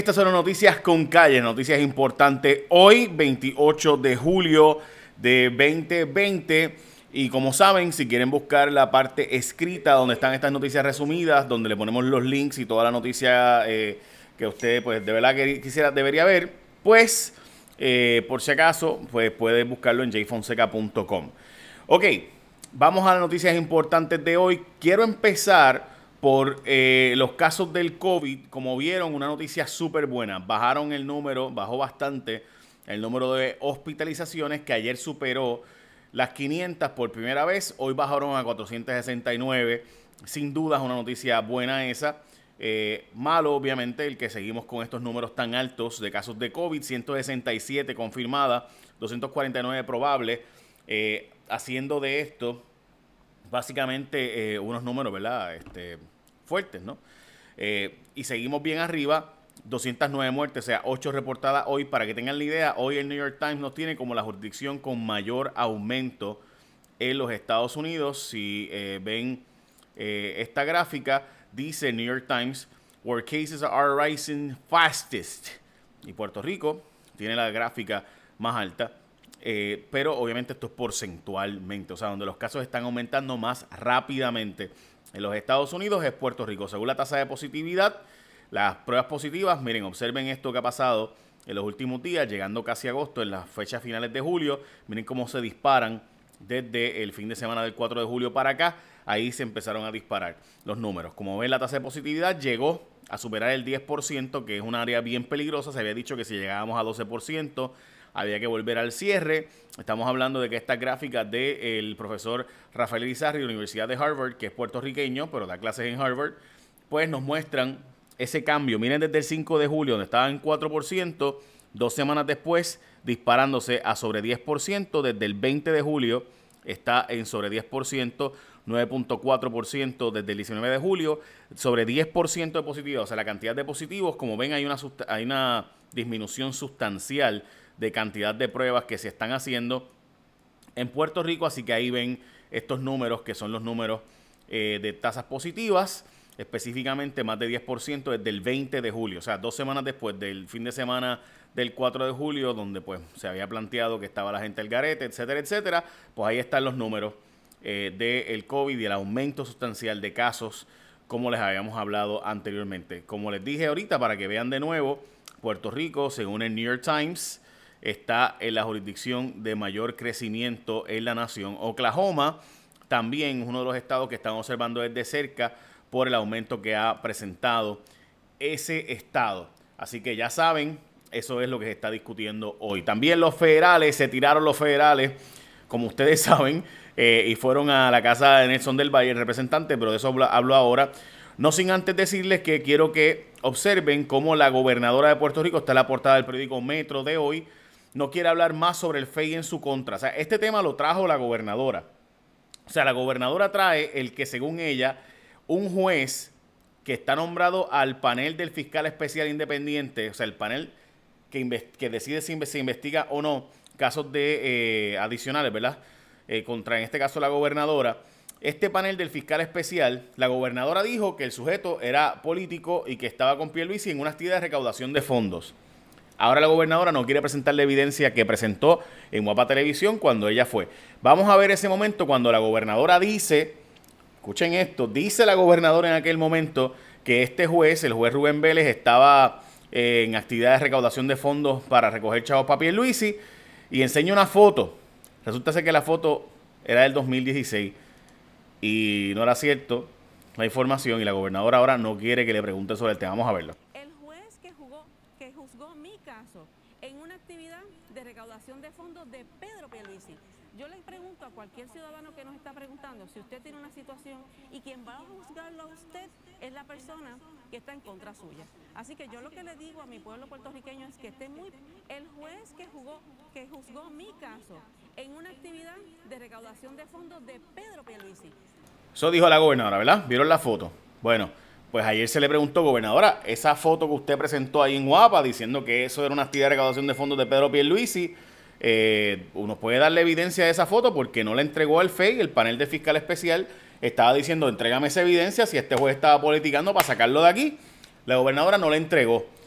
Estas son las noticias con calle, noticias importantes hoy, 28 de julio de 2020. Y como saben, si quieren buscar la parte escrita donde están estas noticias resumidas, donde le ponemos los links y toda la noticia que usted pues de verdad que debería ver, pues por si acaso, pues puede buscarlo en jfonseca.com. Ok, vamos a las noticias importantes de hoy. Quiero empezar por los casos del COVID. Como vieron, una noticia súper buena. Bajaron el número, bajó bastante el número de hospitalizaciones, que ayer superó las 500 por primera vez. Hoy bajaron a 469. Sin duda es una noticia buena esa. Malo, obviamente, el que seguimos con estos números tan altos de casos de COVID. 167 confirmadas, 249 probables. Haciendo de esto básicamente unos números, ¿verdad? Fuertes, ¿no? Y seguimos bien arriba, 209 muertes, o sea, 8 reportadas hoy. Para que tengan la idea, hoy el New York Times nos tiene como la jurisdicción con mayor aumento en los Estados Unidos. Si ven esta gráfica, dice New York Times, where cases are rising fastest. Y Puerto Rico tiene la gráfica más alta. Pero obviamente esto es porcentualmente, o sea, donde los casos están aumentando más rápidamente en los Estados Unidos es Puerto Rico. Según la tasa de positividad, las pruebas positivas, miren, observen esto que ha pasado en los últimos días, llegando casi a agosto, en las fechas finales de julio, miren cómo se disparan desde el fin de semana del 4 de julio para acá. Ahí se empezaron a disparar los números. Como ven, la tasa de positividad llegó a superar el 10%, que es un área bien peligrosa. Se había dicho que si llegábamos a 12%, había que volver al cierre. Estamos hablando de que estas gráficas del profesor Rafael Irizarry de la Universidad de Harvard, que es puertorriqueño, pero da clases en Harvard, pues nos muestran ese cambio. Miren desde el 5 de julio, donde estaba en 4%, 2 semanas después disparándose a sobre 10%. Desde el 20 de julio está en sobre 10%, 9.4% desde el 19 de julio, sobre 10% de positividad. O sea, la cantidad de positivos, como ven, hay una disminución sustancial de cantidad de pruebas que se están haciendo en Puerto Rico. Así que ahí ven estos números, que son los números de tasas positivas, específicamente más de 10% desde el 20 de julio, o sea, 2 semanas después del fin de semana del 4 de julio, donde pues se había planteado que estaba la gente al garete, etcétera, etcétera. Pues ahí están los números del COVID y el aumento sustancial de casos, como les habíamos hablado anteriormente. Como les dije ahorita, para que vean de nuevo, Puerto Rico, según el New York Times, está en la jurisdicción de mayor crecimiento en la nación. Oklahoma también es uno de los estados que están observando desde cerca por el aumento que ha presentado ese estado. Así que ya saben, eso es lo que se está discutiendo hoy. También los federales, se tiraron los federales, como ustedes saben, y fueron a la casa de Nelson del Valle, el representante, pero de eso hablo ahora. No sin antes decirles que quiero que observen cómo la gobernadora de Puerto Rico, está en la portada del periódico Metro de hoy, no quiere hablar más sobre el FEI en su contra. O sea, este tema lo trajo la gobernadora. O sea, la gobernadora trae el que, según ella, un juez que está nombrado al panel del fiscal especial independiente, o sea, el panel que decide si se investiga o no casos de adicionales, ¿verdad? Contra, en este caso, la gobernadora. Este panel del fiscal especial, la gobernadora dijo que el sujeto era político y que estaba con Pierluisi en una actividad de recaudación de fondos. Ahora la gobernadora no quiere presentar la evidencia que presentó en Guapa Televisión cuando ella fue. Vamos a ver ese momento cuando la gobernadora dice, escuchen esto, dice la gobernadora en aquel momento que este juez, el juez Rubén Vélez, estaba en actividad de recaudación de fondos para recoger chavos para Pierluisi, y enseña una foto. Resulta ser que la foto era del 2016 y no era cierto la información, y la gobernadora ahora no quiere que le pregunten sobre el tema. Vamos a verlo. Que juzgó mi caso en una actividad de recaudación de fondos de Pedro Pierluisi. Yo le pregunto a cualquier ciudadano que nos está preguntando si usted tiene una situación, y quien va a juzgarlo a usted es la persona que está en contra suya. Así que yo lo que le digo a mi pueblo puertorriqueño es que esté muy... El juez que juzgó mi caso en una actividad de recaudación de fondos de Pedro Pierluisi. Eso dijo la gobernadora, ¿verdad? ¿Vieron la foto? Bueno, pues ayer se le preguntó, gobernadora, esa foto que usted presentó ahí en Guapa diciendo que eso era una actividad de recaudación de fondos de Pedro Pierluisi, uno puede darle evidencia de esa foto, porque no la entregó al FEI. El panel de fiscal especial estaba diciendo, entrégame esa evidencia si este juez estaba politicando para sacarlo de aquí. La gobernadora no la entregó.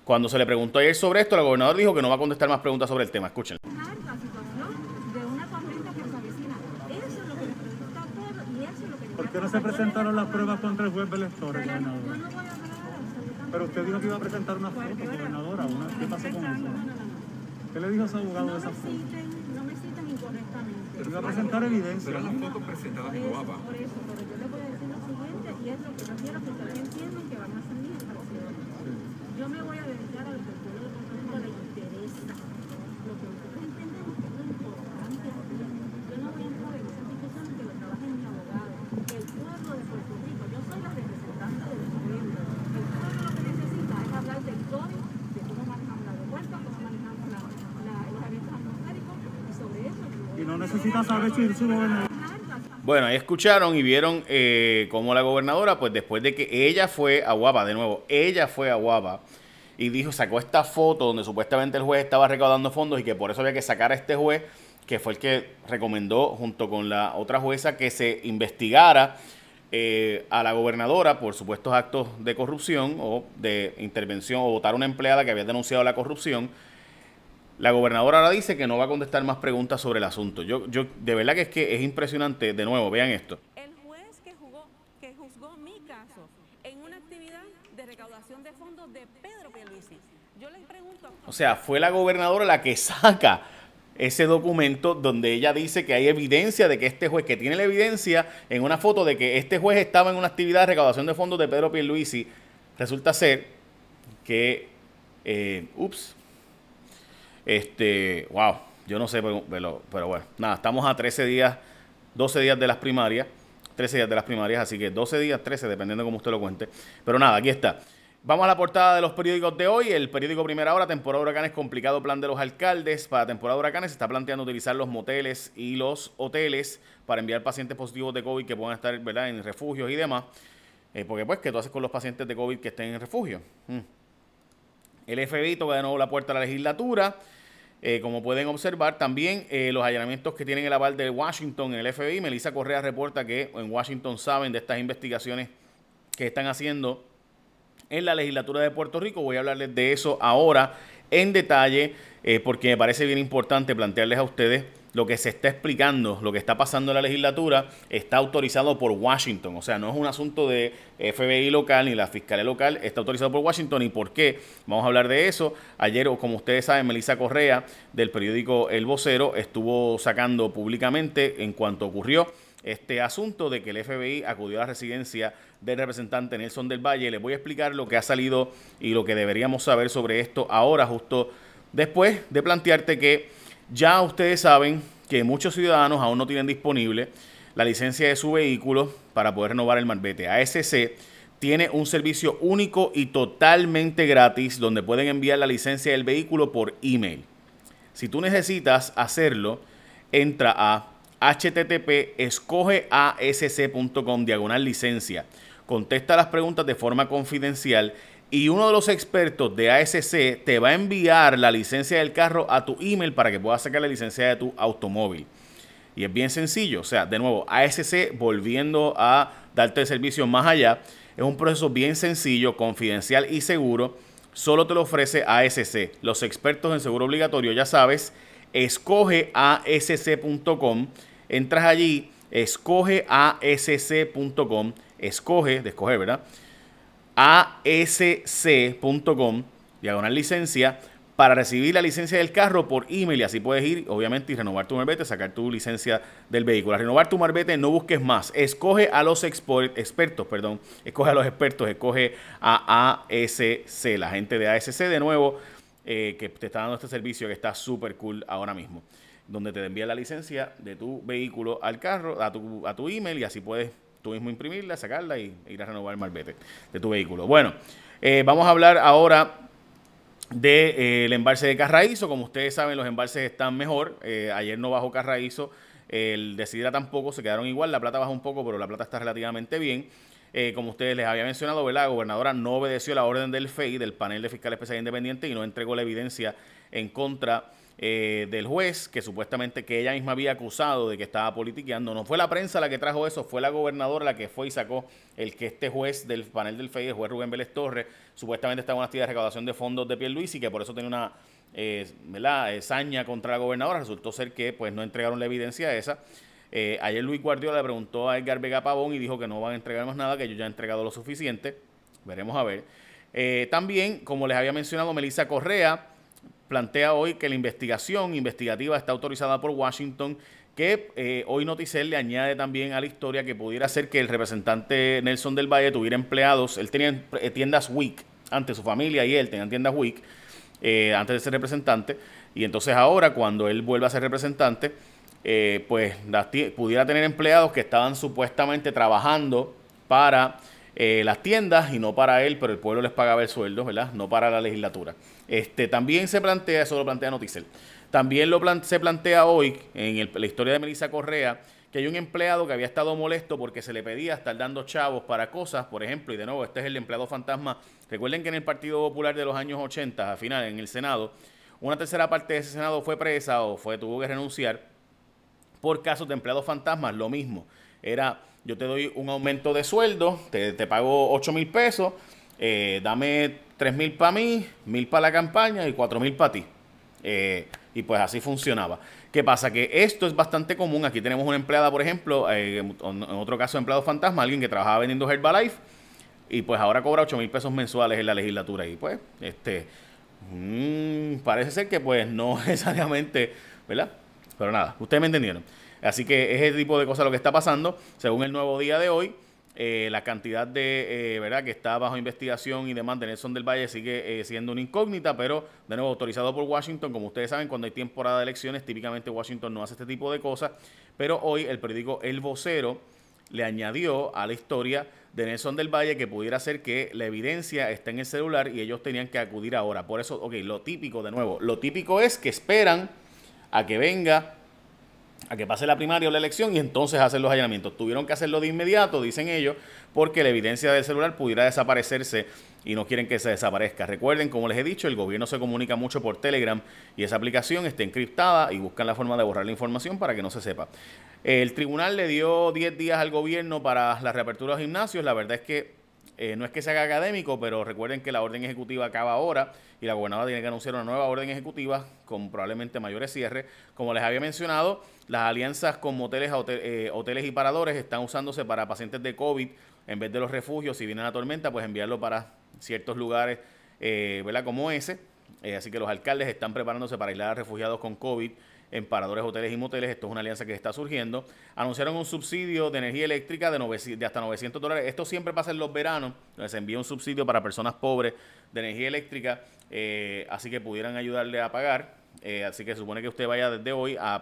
Cuando se le preguntó ayer sobre esto, la gobernadora dijo que no va a contestar más preguntas sobre el tema. Escuchen. La situación de una tormenta que se avecina. Eso es lo que le preocupa a todos y eso es lo que ¿Por qué no se presentaron las pruebas contra el juez Belestores, yo gobernadora? no voy a hablar absolutamente. Pero usted dijo que iba a presentar una foto, gobernadora. ¿Qué pasó con eso? ¿Qué le dijo a su abogado de esa foto? No me citen incorrectamente. Pero iba a presentar evidencia. Pero las fotos presentadas en Guapa. Por eso, pero yo les voy a decir lo siguiente y es lo que yo quiero que ustedes entiendan que van a hacer mis infracciones. Yo me voy a dedicar a lo que al pueblo de Puerto Rico le interesa. Lo que ustedes entienden que es lo importante aquí. Yo no voy a entrar en esa discusión que lo trabaje mi abogado. El pueblo de Puerto Rico, yo soy la representante del pueblo. El pueblo lo que necesita es hablar del código, de cómo manejamos el aeropuerto, cómo manejamos los eventos atmosféricos y sobre eso. Y no necesita saber si su gobernador... Bueno, ahí escucharon y vieron cómo la gobernadora, pues después de que ella fue a Guapa, de nuevo, ella fue a Guapa y dijo, sacó esta foto donde supuestamente el juez estaba recaudando fondos y que por eso había que sacar a este juez, que fue el que recomendó junto con la otra jueza que se investigara a la gobernadora por supuestos actos de corrupción o de intervención o votar a una empleada que había denunciado la corrupción. La gobernadora ahora dice que no va a contestar más preguntas sobre el asunto. Yo de verdad que es impresionante. De nuevo, vean esto. El juez que juzgó mi caso en una actividad de recaudación de fondos de Pedro Pierluisi. Yo les pregunto... O sea, fue la gobernadora la que saca ese documento donde ella dice que hay evidencia de que este juez, que tiene la evidencia en una foto de que este juez estaba en una actividad de recaudación de fondos de Pedro Pierluisi. Resulta ser que... wow, yo no sé, pero bueno, nada, estamos a 13 días, 12 días de las primarias, 13 días de las primarias, así que 12 días, 13, dependiendo de cómo usted lo cuente. Pero nada, aquí está. Vamos a la portada de los periódicos de hoy. El periódico Primera Hora, temporada de huracanes, complicado plan de los alcaldes. Para temporada de huracanes se está planteando utilizar los moteles y los hoteles para enviar pacientes positivos de COVID que puedan estar, ¿verdad?, en refugios y demás. Porque pues, ¿qué tú haces con los pacientes de COVID que estén en refugio? El FBI toca de nuevo la puerta a la legislatura. Como pueden observar, también los allanamientos que tienen el aval de Washington en el FBI. Melissa Correa reporta que en Washington saben de estas investigaciones que están haciendo en la legislatura de Puerto Rico. Voy a hablarles de eso ahora en detalle porque me parece bien importante plantearles a ustedes lo que se está explicando, lo que está pasando en la legislatura, está autorizado por Washington. O sea, no es un asunto de FBI local ni la fiscalía local, está autorizado por Washington. ¿Y por qué? Vamos a hablar de eso. Ayer, como ustedes saben, Melissa Correa, del periódico El Vocero, estuvo sacando públicamente en cuanto ocurrió este asunto de que el FBI acudió a la residencia del representante Nelson del Valle. Les voy a explicar lo que ha salido y lo que deberíamos saber sobre esto ahora, justo después de plantearte que ya ustedes saben que muchos ciudadanos aún no tienen disponible la licencia de su vehículo para poder renovar el marbete. ASC tiene un servicio único y totalmente gratis donde pueden enviar la licencia del vehículo por email. Si tú necesitas hacerlo, entra a http://escogeasc.com/licencia. Contesta las preguntas de forma confidencial y uno de los expertos de ASC te va a enviar la licencia del carro a tu email para que puedas sacar la licencia de tu automóvil. Y es bien sencillo. O sea, de nuevo, ASC, volviendo a darte el servicio más allá, es un proceso bien sencillo, confidencial y seguro. Solo te lo ofrece ASC. Los expertos en seguro obligatorio, ya sabes, escogeasc.com. Entras allí, escogeasc.com, escoge, de escoger, ¿verdad? asc.com/licencia para recibir la licencia del carro por email y así puedes ir, obviamente, y renovar tu marbete, sacar tu licencia del vehículo. Al renovar tu marbete, no busques más. Escoge a los expertos, escoge a ASC, la gente de ASC, de nuevo, que te está dando este servicio que está súper cool ahora mismo, donde te envía la licencia de tu vehículo al carro, a tu email, y así puedes tú mismo imprimirla, sacarla y ir a renovar el marbete de tu vehículo. Bueno, vamos a hablar ahora del embalse de Carraízo. Como ustedes saben, los embalses están mejor. Ayer no bajó Carraízo, el Decidera tampoco, se quedaron igual. La Plata bajó un poco, pero la Plata está relativamente bien. como ustedes les había mencionado, ¿verdad? La gobernadora no obedeció la orden del FEI, del panel de fiscal especial independiente, y no entregó la evidencia en contra del juez, que supuestamente que ella misma había acusado de que estaba politiqueando. No fue la prensa la que trajo eso, fue la gobernadora la que fue y sacó el que este juez del panel del FEI, el juez Rubén Vélez Torres, supuestamente estaba en una actividad de recaudación de fondos de Pierluisi, y que por eso tenía una saña contra la gobernadora. Resultó ser que pues no entregaron la evidencia esa. Ayer Luis Guardiola le preguntó a Edgar Vega Pavón y dijo que no van a entregar más nada, que ellos ya han entregado lo suficiente. Veremos a ver. También, como les había mencionado, Melissa Correa plantea hoy que la investigativa está autorizada por Washington, que hoy Noticel le añade también a la historia que pudiera ser que el representante Nelson del Valle tuviera empleados. Él tenía tiendas WIC, antes su familia y él tenían tiendas WIC, antes de ser representante, y entonces ahora cuando él vuelve a ser representante, pues pudiera tener empleados que estaban supuestamente trabajando para las tiendas y no para él, pero el pueblo les pagaba el sueldo, ¿verdad? No para la legislatura. También se plantea, eso lo plantea Noticel, también se plantea hoy en la historia de Melissa Correa, que hay un empleado que había estado molesto porque se le pedía estar dando chavos para cosas, por ejemplo, y de nuevo, este es el empleado fantasma. Recuerden que en el Partido Popular de los años 80, al final, en el Senado, una tercera parte de ese Senado fue presa o tuvo que renunciar por casos de empleados fantasmas. Lo mismo, era yo te doy un aumento de sueldo, te pago 8,000 pesos, dame 3,000 para mí, 1,000 para la campaña y 4,000 para ti. Y pues así funcionaba. ¿Qué pasa? Que esto es bastante común. Aquí tenemos una empleada, por ejemplo, en otro caso de empleado fantasma, alguien que trabajaba vendiendo Herbalife y pues ahora cobra 8,000 pesos mensuales en la legislatura. Y pues, parece ser que pues no necesariamente, ¿verdad? Pero nada, ustedes me entendieron. Así que es ese tipo de cosas lo que está pasando. Según el Nuevo Día de hoy, la cantidad de, ¿verdad?, que está bajo investigación y demanda de Nelson del Valle sigue siendo una incógnita, pero de nuevo autorizado por Washington. Como ustedes saben, cuando hay temporada de elecciones, típicamente Washington no hace este tipo de cosas, pero hoy el periódico El Vocero le añadió a la historia de Nelson del Valle que pudiera ser que la evidencia está en el celular y ellos tenían que acudir ahora. Por eso, lo típico, de nuevo, lo típico es que esperan a que venga, a que pase la primaria o la elección y entonces hacen los allanamientos. Tuvieron que hacerlo de inmediato, dicen ellos, porque la evidencia del celular pudiera desaparecerse y no quieren que se desaparezca. Recuerden, como les he dicho, el gobierno se comunica mucho por Telegram y esa aplicación está encriptada y buscan la forma de borrar la información para que no se sepa. El tribunal le dio 10 días al gobierno para la reapertura de los gimnasios. La verdad es que no es que se haga académico, pero recuerden que la orden ejecutiva acaba ahora y la gobernadora tiene que anunciar una nueva orden ejecutiva con probablemente mayores cierres. Como les había mencionado, las alianzas con moteles, hoteles y paradores están usándose para pacientes de COVID. En vez de los refugios, si viene la tormenta, pues enviarlo para ciertos lugares, ¿verdad?, como ese. Así que los alcaldes están preparándose para aislar a refugiados con COVID en paradores, hoteles y moteles. Esto es una alianza que está surgiendo. Anunciaron un subsidio de energía eléctrica de hasta $900. Esto siempre pasa en los veranos, donde se envía un subsidio para personas pobres de energía eléctrica, así que pudieran ayudarle a pagar. Así que se supone que usted vaya desde hoy a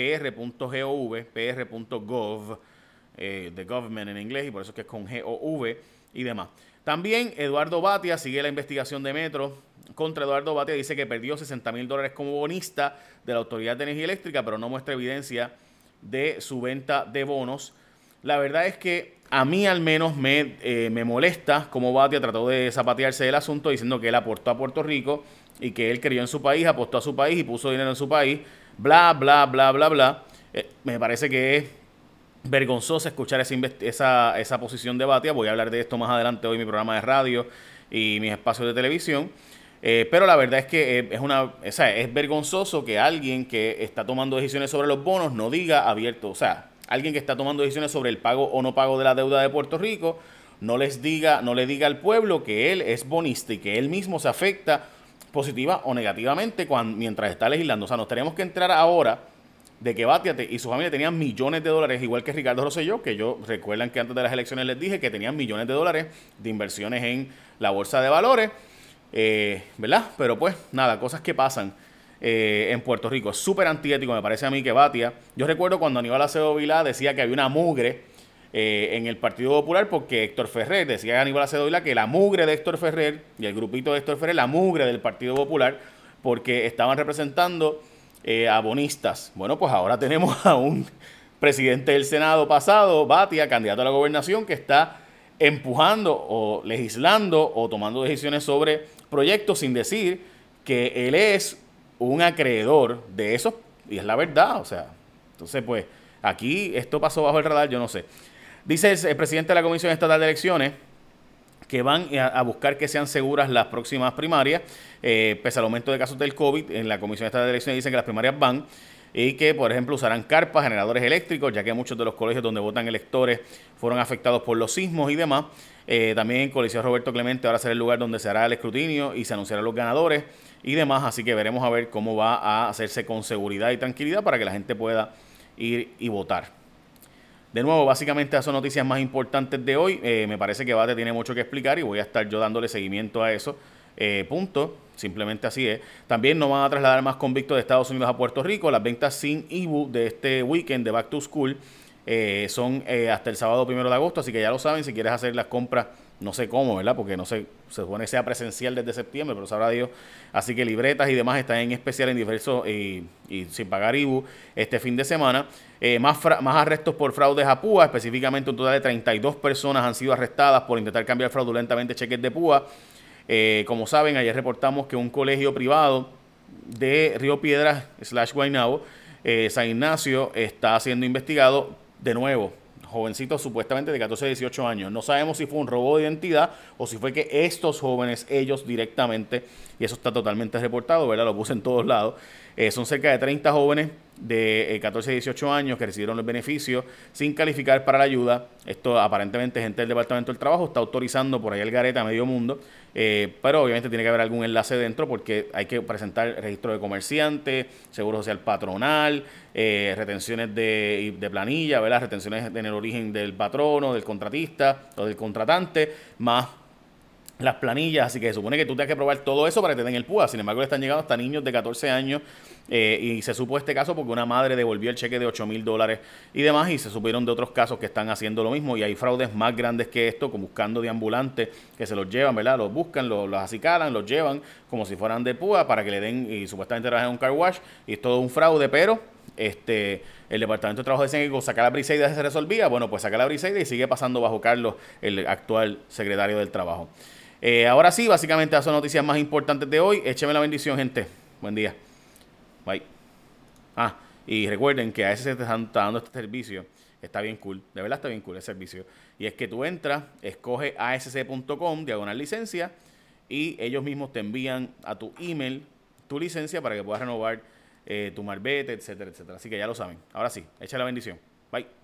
pr.gov, de government en inglés, y por eso es que es con GOV y demás. También Eduardo Batia sigue la investigación de Metro contra Eduardo Batia. Dice que perdió $60,000 como bonista de la Autoridad de Energía Eléctrica, pero no muestra evidencia de su venta de bonos. La verdad es que a mí al menos me molesta cómo Batia trató de zapatearse del asunto diciendo que él aportó a Puerto Rico y que él creyó en su país, apostó a su país y puso dinero en su país, bla, bla, bla, bla, bla. Me parece que es vergonzoso escuchar esa posición de Batia. Voy a hablar de esto más adelante hoy en mi programa de radio y mis espacios de televisión. Pero la verdad es que es vergonzoso que alguien que está tomando decisiones sobre los bonos no diga abierto, o sea, alguien que está tomando decisiones sobre el pago o no pago de la deuda de Puerto Rico, no le diga al pueblo que él es bonista y que él mismo se afecta positiva o negativamente mientras está legislando. O sea, nos tenemos que entrar ahora de que Batia y su familia tenían millones de dólares, igual que Ricardo Rosselló, que recuerdan que antes de las elecciones les dije que tenían millones de dólares de inversiones en la bolsa de valores, ¿verdad? Pero pues nada, cosas que pasan en Puerto Rico. Es súper antiético, me parece a mí, que Batia. Yo recuerdo cuando Aníbal Acevedo Vilá decía que había una mugre en el Partido Popular, porque Héctor Ferrer decía, Aníbal Acevedo Vilá, que la mugre de Héctor Ferrer y el grupito de Héctor Ferrer, la mugre del Partido Popular, porque estaban representando a bonistas. Bueno, pues ahora tenemos a un presidente del Senado pasado, Batia, candidato a la gobernación, que está empujando o legislando o tomando decisiones sobre proyectos sin decir que él es un acreedor de eso, y es la verdad, o sea, entonces pues aquí esto pasó bajo el radar, yo no sé. Dice el presidente de la Comisión Estatal de Elecciones que van a buscar que sean seguras las próximas primarias, pese al aumento de casos del COVID. En la Comisión Estatal de Elecciones dicen que las primarias van y que, por ejemplo, usarán carpas, generadores eléctricos, ya que muchos de los colegios donde votan electores fueron afectados por los sismos y demás. También Coliseo Roberto Clemente ahora será el lugar donde se hará el escrutinio y se anunciarán los ganadores y demás, así que veremos a ver cómo va a hacerse con seguridad y tranquilidad para que la gente pueda ir y votar. De nuevo, básicamente esas son noticias más importantes de hoy. Me parece que Bate tiene mucho que explicar y voy a estar yo dándole seguimiento a eso. Punto. Simplemente así es. También no van a trasladar más convictos de Estados Unidos a Puerto Rico. Las ventas sin IBU de este weekend de Back to School son hasta el sábado 1 de agosto. Así que ya lo saben, si quieres hacer las compras, no sé cómo, ¿verdad? Porque no sé, se supone que sea presencial desde septiembre, pero sabrá Dios. Así que libretas y demás están en especial en diversos y sin pagar IBU este fin de semana. Más arrestos por fraudes a PUA, específicamente un total de 32 personas han sido arrestadas por intentar cambiar fraudulentamente cheques de PUA. Como saben, ayer reportamos que un colegio privado de Río Piedras / Guaynabo, San Ignacio, está siendo investigado de nuevo. Jovencitos supuestamente de 14 a 18 años. No sabemos si fue un robo de identidad o si fue que estos jóvenes, ellos directamente, y eso está totalmente reportado, ¿verdad? Lo puse en todos lados. Son cerca de 30 jóvenes de 14 a 18 años que recibieron los beneficios sin calificar para la ayuda. Esto aparentemente gente del Departamento del Trabajo está autorizando por ahí el garete a medio mundo, pero obviamente tiene que haber algún enlace dentro porque hay que presentar registro de comerciante, seguro social patronal, retenciones de planilla, ¿verdad? Retenciones en el origen del patrono, del contratista o del contratante, más las planillas, así que se supone que tú tienes que probar todo eso para que te den el PUA. Sin embargo, le están llegando hasta niños de 14 años y se supo este caso porque una madre devolvió el cheque de $8,000 y demás, y se supieron de otros casos que están haciendo lo mismo, y hay fraudes más grandes que esto, como buscando de ambulantes que se los llevan, ¿verdad? Los buscan, los acicalan, los llevan como si fueran de PUA para que le den, y supuestamente trabajan en un car wash, y es todo un fraude, pero el Departamento de Trabajo decía que con sacar la Briseida se resolvía. Bueno, pues saca la Briseida y sigue pasando bajo Carlos, el actual secretario del Trabajo. Ahora sí, básicamente esas son noticias más importantes de hoy. Écheme la bendición, gente. Buen día. Bye. Y recuerden que a ese se te está dando este servicio. Está bien cool. De verdad está bien cool el servicio. Y es que tú entras, escoge asc.com/licencia y ellos mismos te envían a tu email tu licencia para que puedas renovar tu marbete, etcétera, etcétera. Así que ya lo saben. Ahora sí, echa la bendición. Bye.